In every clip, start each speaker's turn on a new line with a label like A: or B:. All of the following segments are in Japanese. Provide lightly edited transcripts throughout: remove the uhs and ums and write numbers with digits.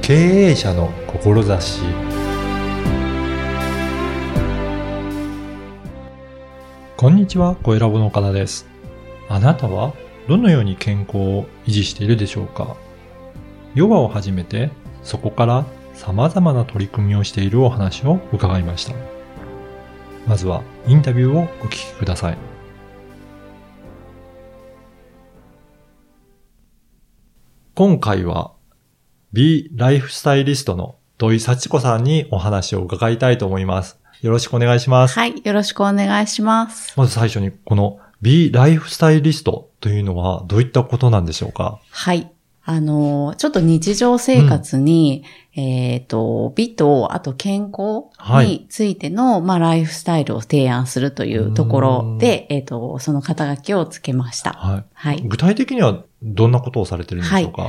A: 経営者の志。こんにちは、声ラボの岡田です。あなたはどのように健康を維持しているでしょうか？ヨガを始めて、そこから様々な取り組みをしているお話を伺いました。まずはインタビューをお聞きください。今回は美ライフスタイリストの土井幸子さんにお話を伺いたいと思います。よろしくお願いします。
B: はい、よろしくお願いします。
A: まず最初にこの美ライフスタイリストというのはどういったことなんでしょうか？
B: はい。ちょっと日常生活に、美と、あと健康についての、ライフスタイルを提案するというところで、その肩書きをつけました。
A: はい。
B: はい。
A: 具体的にはどんなことをされてるんでしょうか？
B: はい。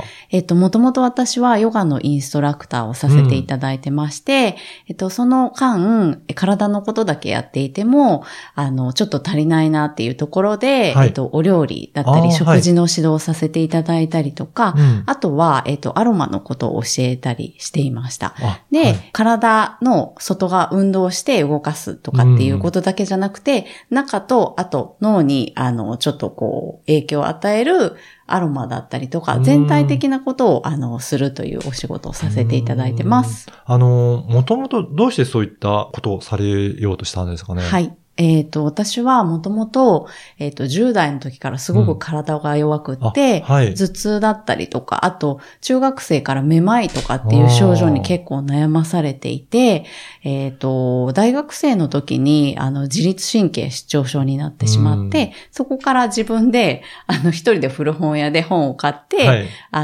B: もともと私はヨガのインストラクターをさせていただいてまして、その間、体のことだけやっていても、ちょっと足りないなっていうところで、
A: はい、
B: お料理だったり、食事の指導をさせていただいたりとか、あとは、アロマのことを教えたりしていました。で、体の外側運動して動かすとかっていうことだけじゃなくて、中と、あと脳に、ちょっと影響を与えるアロマだったりとか、全体的なことを、するというお仕事をさせていただいてます。
A: もともとどうしてそういったことをされようとしたんですかね？
B: はい。私はもともと、10代の時からすごく体が弱くって、はい、頭痛だったりとか、あと、中学生からめまいとかっていう症状に結構悩まされていて、大学生の時に、自律神経失調症になってしまって、そこから自分で、一人で古本屋で本を買って、はい、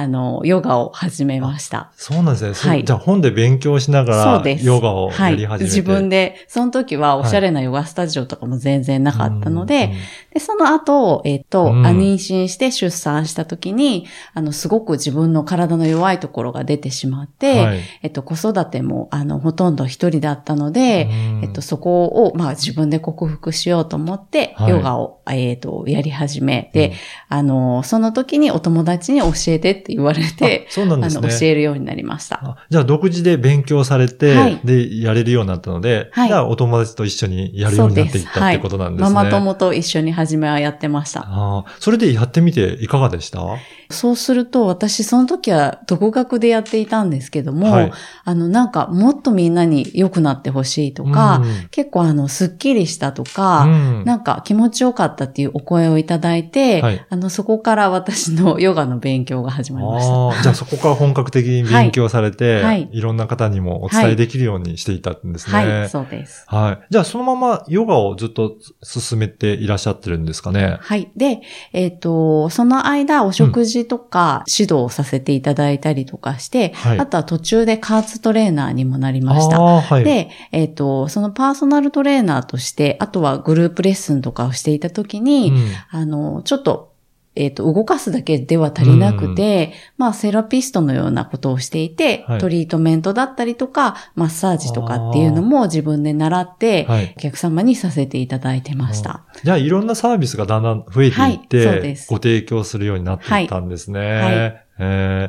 B: ヨガを始めました。
A: そうなんですね。はい。じゃあ本で勉強しながら、ヨガをやり始めて、はい、
B: 自分で、その時はおしゃれなヨガスタジオとかも全然なかったので、で、その後、妊娠して出産した時に、すごく自分の体の弱いところが出てしまって、はい、子育ても、ほとんど一人だったので、そこを、自分で克服しようと思って、ヨガを、やり始めて、その時にお友達に教えてって言われて、
A: そうなんですね。
B: 教えるようになりました。
A: じゃあ、独自で勉強されて、はい、で、やれるようになったので、はい、じゃあ、お友達と一緒にやるようになっていったってことなんですね。
B: ママ友と一緒に初めはやってました。
A: それでやってみていかがでした？
B: そうすると、私その時は独学でやっていたんですけども、はい、なんかもっとみんなに良くなってほしいとか、結構スッキリしたとか、なんか気持ちよかったっていうお声をいただいて、はい、そこから私のヨガの勉強が始まりました。
A: じゃあそこから本格的に勉強されて、はい、いろんな方にもお伝えできるようにしていたんですね。
B: はい、はい、そうです。
A: はい。じゃあそのままヨガをずっと進めていらっしゃってるんですかね？
B: はい。で、その間お食事とか指導をさせていただいたりとかして、はい、あとは途中で加圧トレーナーにもなりました。はい、で、そのパーソナルトレーナーとして、あとはグループレッスンとかをしていたときに、ちょっと動かすだけでは足りなくて、セラピストのようなことをしていて、はい、トリートメントだったりとか、マッサージとかっていうのも自分で習って、お客様にさせていただいてました。
A: じゃあ、いろんなサービスがだんだん増えていって、はい、ご提供するようになっていったんですね。はい、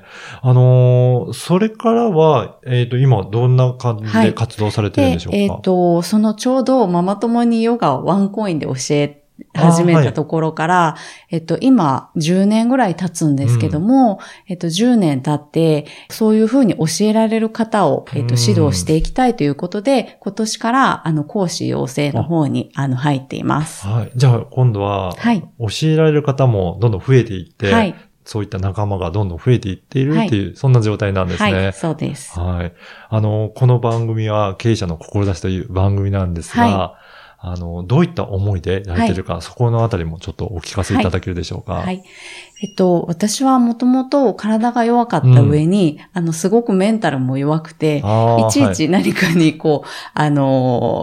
A: それからは、今どんな感じで活動されてるんでしょうか？
B: そのちょうどママ友にヨガをワンコインで教え始めたところから、今10年ぐらい経つんですけども、10年経って、そういうふうに教えられる方を、指導していきたいということで、今年から、講師養成の方に、入っています。
A: はい。じゃあ、今度は、はい、教えられる方もどんどん増えていって、はい、そういった仲間がどんどん増えていっているっていう、はい、そんな状態なんですね。
B: はい、そうです。
A: はい。この番組は経営者の志という番組なんですが、はい、どういった思いでやれてるか、はい、そこのあたりもちょっとお聞かせいただけるでしょうか？はい。はい、
B: 私はもともと体が弱かった上に、すごくメンタルも弱くて、いちいち何かに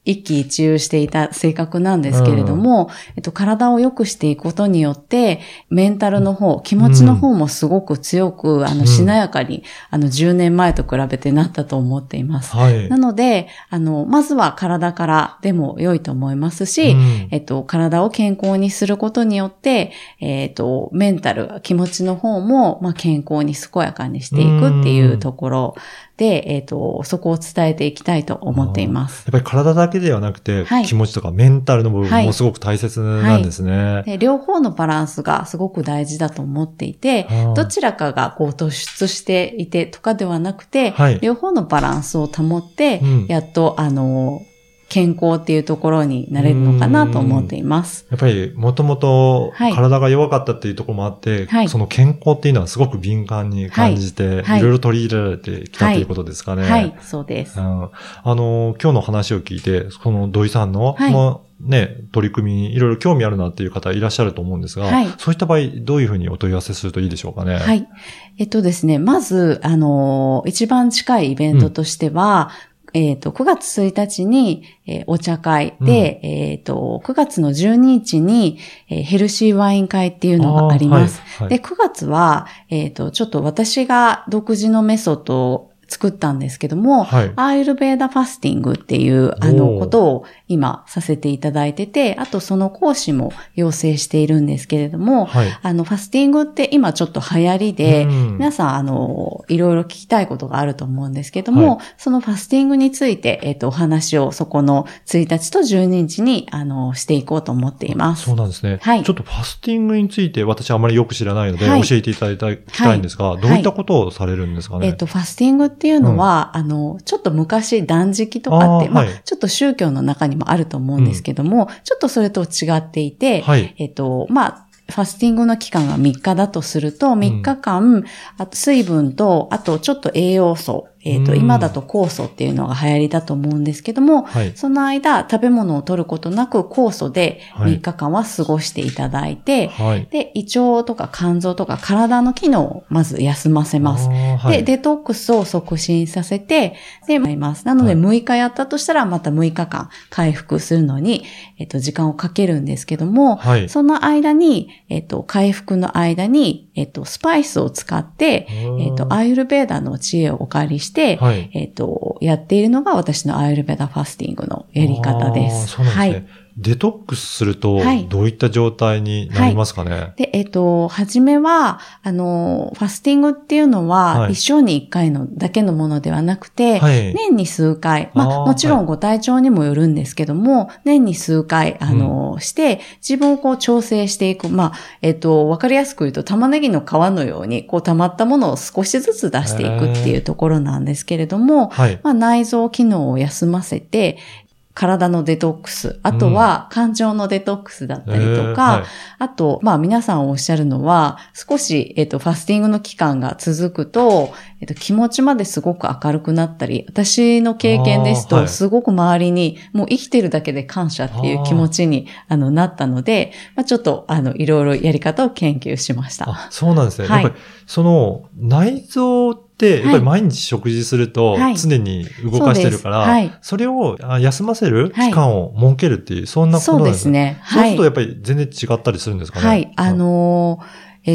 B: 一喜一憂していた性格なんですけれども、体を良くしていくことによって、メンタルの方、気持ちの方もすごく強く、しなやかに、10年前と比べてなったと思っています。はい、なので、まずは体からでも良いと思いますし、体を健康にすることによって、メンタル、気持ちの方も、健康に健やかにしていくっていうところで、そこを伝えていきたいと思っています。
A: やっぱり体だけではなくて、はい、気持ちとかメンタルの部分もすごく大切なんですね。はいはい、
B: で両方のバランスがすごく大事だと思っていて、どちらかが突出していてとかではなくて、はい、両方のバランスを保って、やっと、健康っていうところになれるのかなと思っています。
A: やっぱりもともと体が弱かったっていうところもあって、はい、その健康っていうのはすごく敏感に感じて、はい、いろいろ取り入れられてきたということですかね。
B: はい、そうです。
A: 今日の話を聞いて、この土井さんの、取り組みにいろいろ興味あるなっていう方いらっしゃると思うんですが、はい、そういった場合どういうふうにお問い合わせするといいでしょうかね。
B: はい。ですね、まず、一番近いイベントとしては、9月1日に、お茶会で、9月の12日に、ヘルシーワイン会っていうのがあります。はいはい、で、9月は、ちょっと私が独自のメソッドを作ったんですけども、はい、アーユルベーダファスティングっていう、ことを今させていただいてて、あとその講師も要請しているんですけれども、はい、ファスティングって今ちょっと流行りで、皆さん、いろいろ聞きたいことがあると思うんですけども、はい、そのファスティングについて、お話をそこの1日と12日に、していこうと思っています。
A: そうなんですね。はい。ちょっとファスティングについて私あまりよく知らないので、教えていただきたいんですが、どういったことをされるんですかね。
B: ファスティングっていうのは、ちょっと昔断食とかって、ちょっと宗教の中にもあると思うんですけども、ちょっとそれと違っていて、はい、ファスティングの期間が3日だとすると、3日間、あと水分と、あとちょっと栄養素、今だと酵素っていうのが流行りだと思うんですけども、はい、その間食べ物を取ることなく酵素で3日間は過ごしていただいて、はい、で、胃腸とか肝臓とか体の機能をまず休ませます。はい、で、デトックスを促進させて、で、参ります。なので6日やったとしたらまた6日間回復するのに、時間をかけるんですけども、はい、その間に、回復の間に、スパイスを使って、アーユルベーダの知恵をお借りして、はい、やっているのが私のアーユルベーダファスティングのやり方です。
A: そうなんですね。はい、デトックスすると、どういった状態になりますかね。はい、
B: で、はじめは、ファスティングっていうのは、一生に一回のだけのものではなくて、はい、年に数回、もちろんご体調にもよるんですけども、年に数回、して、自分を調整していく。わかりやすく言うと、玉ねぎの皮のように、溜まったものを少しずつ出していくっていうところなんですけれども、内臓機能を休ませて、体のデトックス、あとは感情のデトックスだったりとか、はい、あと、皆さんおっしゃるのは、少し、ファスティングの期間が続くと、気持ちまですごく明るくなったり、私の経験ですと、すごく周りに、もう生きてるだけで感謝っていう気持ちになったので、ちょっと、いろいろやり方を研究しました。
A: そうなんですね。はい、やっぱり、その、内臓やっぱり毎日食事すると常に動かしてるから、それを休ませる期間を設けるっていう、そんなことなんですね。そうするとやっぱり全然違ったりするんですかね。
B: はい。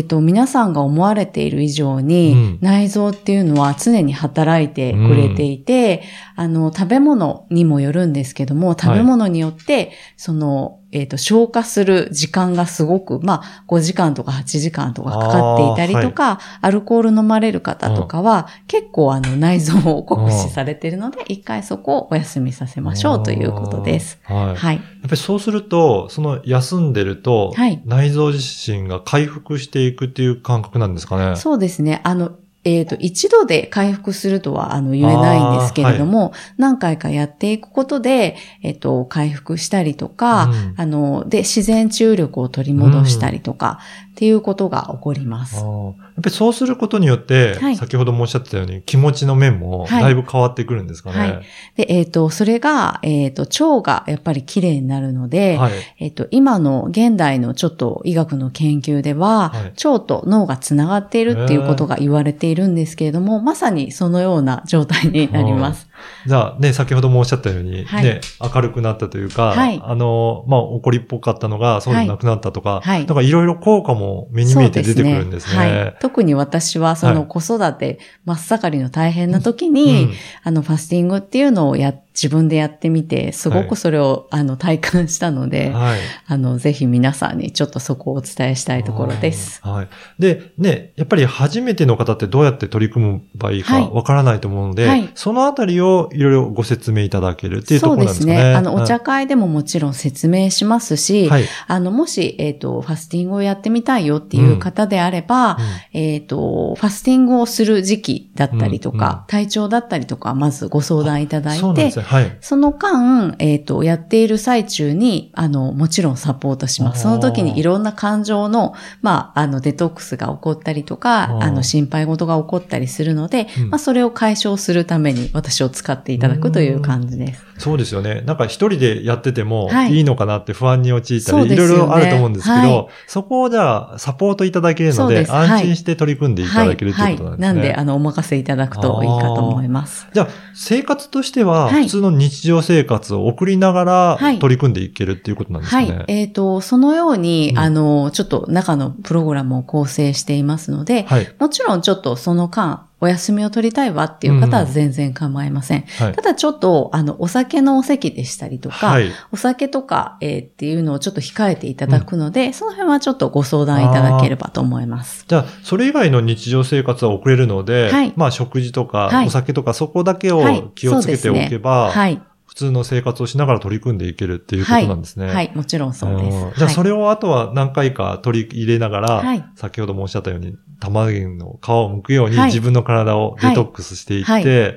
B: 皆さんが思われている以上に、内臓っていうのは常に働いてくれていて、食べ物にもよるんですけども、食べ物によって、消化する時間がすごく、5時間とか8時間とかかかっていたりとか、アルコール飲まれる方とかは、結構内臓を酷使されているので、一回そこをお休みさせましょうということです。
A: はい。やっぱりそうすると、休んでると、内臓自身が回復していくっていう感覚なんですかね。
B: そうですね。一度で回復するとは言えないんですけれども、何回かやっていくことで、回復したりとか、で、自然治癒力を取り戻したりとか、っていうことが起こります。
A: やっぱりそうすることによって、先ほどもおっしゃってたように気持ちの面もだいぶ変わってくるんですかね。
B: で、それが、腸がやっぱり綺麗になるので、今の現代のちょっと医学の研究では、腸と脳がつながっているっていうことが言われているんですけれども、まさにそのような状態になります。
A: じゃあね、先ほどもおっしゃったように、ね、明るくなったというか、怒りっぽかったのがそうでなくなったとか、なんかいろいろ効果も目に見えて出てくるんですね。
B: 特に私はその子育て真っ盛りの大変な時に、ファスティングっていうのを自分でやってみて、すごくそれを、体感したので、ぜひ皆さんにちょっとそこをお伝えしたいところです。
A: で、ね、やっぱり初めての方ってどうやって取り組む場合いいかわからないと思うので、そのあたりをいろいろご説明いただけるっていうところなんですかね。
B: そうですね。お茶会でももちろん説明しますし、もし、ファスティングをやってみたいよっていう方であれば、ファスティングをする時期だったりとか、体調だったりとか、まずご相談いただいて、その間、やっている最中に、もちろんサポートします。その時にいろんな感情の、デトックスが起こったりとか、心配事が起こったりするので、それを解消するために私を使っていただくという感じです。
A: そうですよね。なんか一人でやっててもいいのかなって不安に陥ったり、いろいろあると思うんですけど、そこをじゃあサポートいただけるので、安心して取り組んでいただけるということなんですね。
B: なんで、お任せいただくといいかと思います。
A: じゃあ、生活としては、普通の日常生活を送りながら取り組んでいけるっていうことなんですかね。
B: そのように、ちょっと中のプログラムを構成していますので、もちろんちょっとその間、お休みを取りたいわっていう方は全然構いません。ただちょっと、お酒のお席でしたりとか、お酒とか、っていうのをちょっと控えていただくので、その辺はちょっとご相談いただければと思います。
A: じゃあ、それ以外の日常生活は送れるので、食事とか、お酒とかそこだけを気をつけておけば、普通の生活をしながら取り組んでいけるっていうことなんですね。
B: もちろんそうです。
A: じゃあそれをあとは何回か取り入れながら、先ほどもおっしゃったように、玉ねぎの皮を剥くように自分の体をデトックスしていって、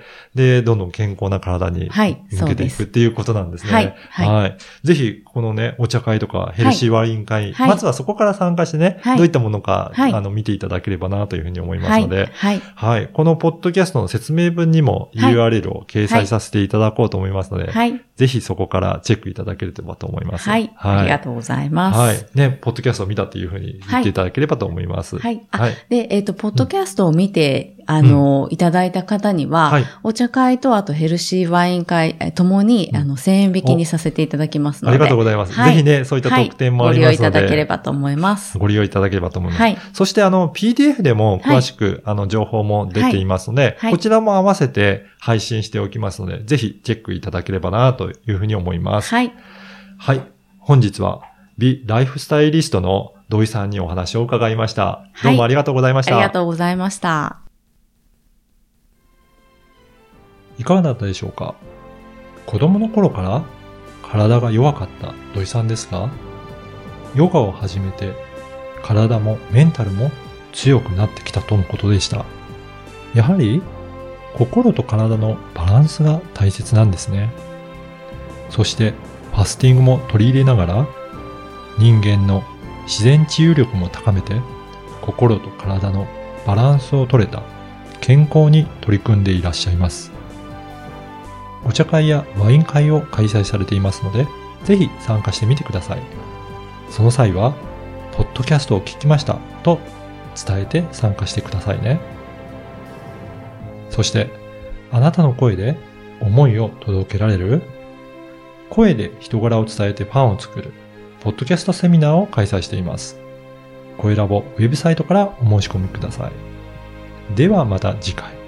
A: で、どんどん健康な体に向けていくっていうことなんですね。ぜひ、このね、お茶会とかヘルシーワイン会、まずはそこから参加してね、どういったものか、見ていただければなというふうに思いますので、このポッドキャストの説明文にも URL を掲載させていただこうと思いますので、ぜひそこからチェックいただければと思います。
B: ありがとうございます。
A: ね、ポッドキャストを見たっていうふうに言っていただければと思います。
B: で、ポッドキャストを見て、いただいた方には、お茶会とあとヘルシーワイン会ともに、1000円引きにさせていただきますので。
A: ありがとうございます。ぜひね、そういった特典もありますので。
B: ご利用いただければと思います。
A: ご利用いただければと思います。そしてPDF でも詳しく、情報も出ていますので、こちらも合わせて配信しておきますので、ぜひチェックいただければなというふうに思います。本日は、美ライフスタイリストの土井さんにお話を伺いました。どうもありがとうございました。
B: ありがとうございました。
A: いかがだったでしょうか？子供の頃から体が弱かった土井さんですが、ヨガを始めて体もメンタルも強くなってきたとのことでした。やはり心と体のバランスが大切なんですね。そしてファスティングも取り入れながら人間の自然治癒力も高めて心と体のバランスを取れた健康に取り組んでいらっしゃいます。お茶会やワイン会を開催されていますので、ぜひ参加してみてください。その際は、ポッドキャストを聞きましたと伝えて参加してくださいね。そして、あなたの声で思いを届けられる、声で人柄を伝えてファンを作る、ポッドキャストセミナーを開催しています。声ラボウェブサイトからお申し込みください。ではまた次回。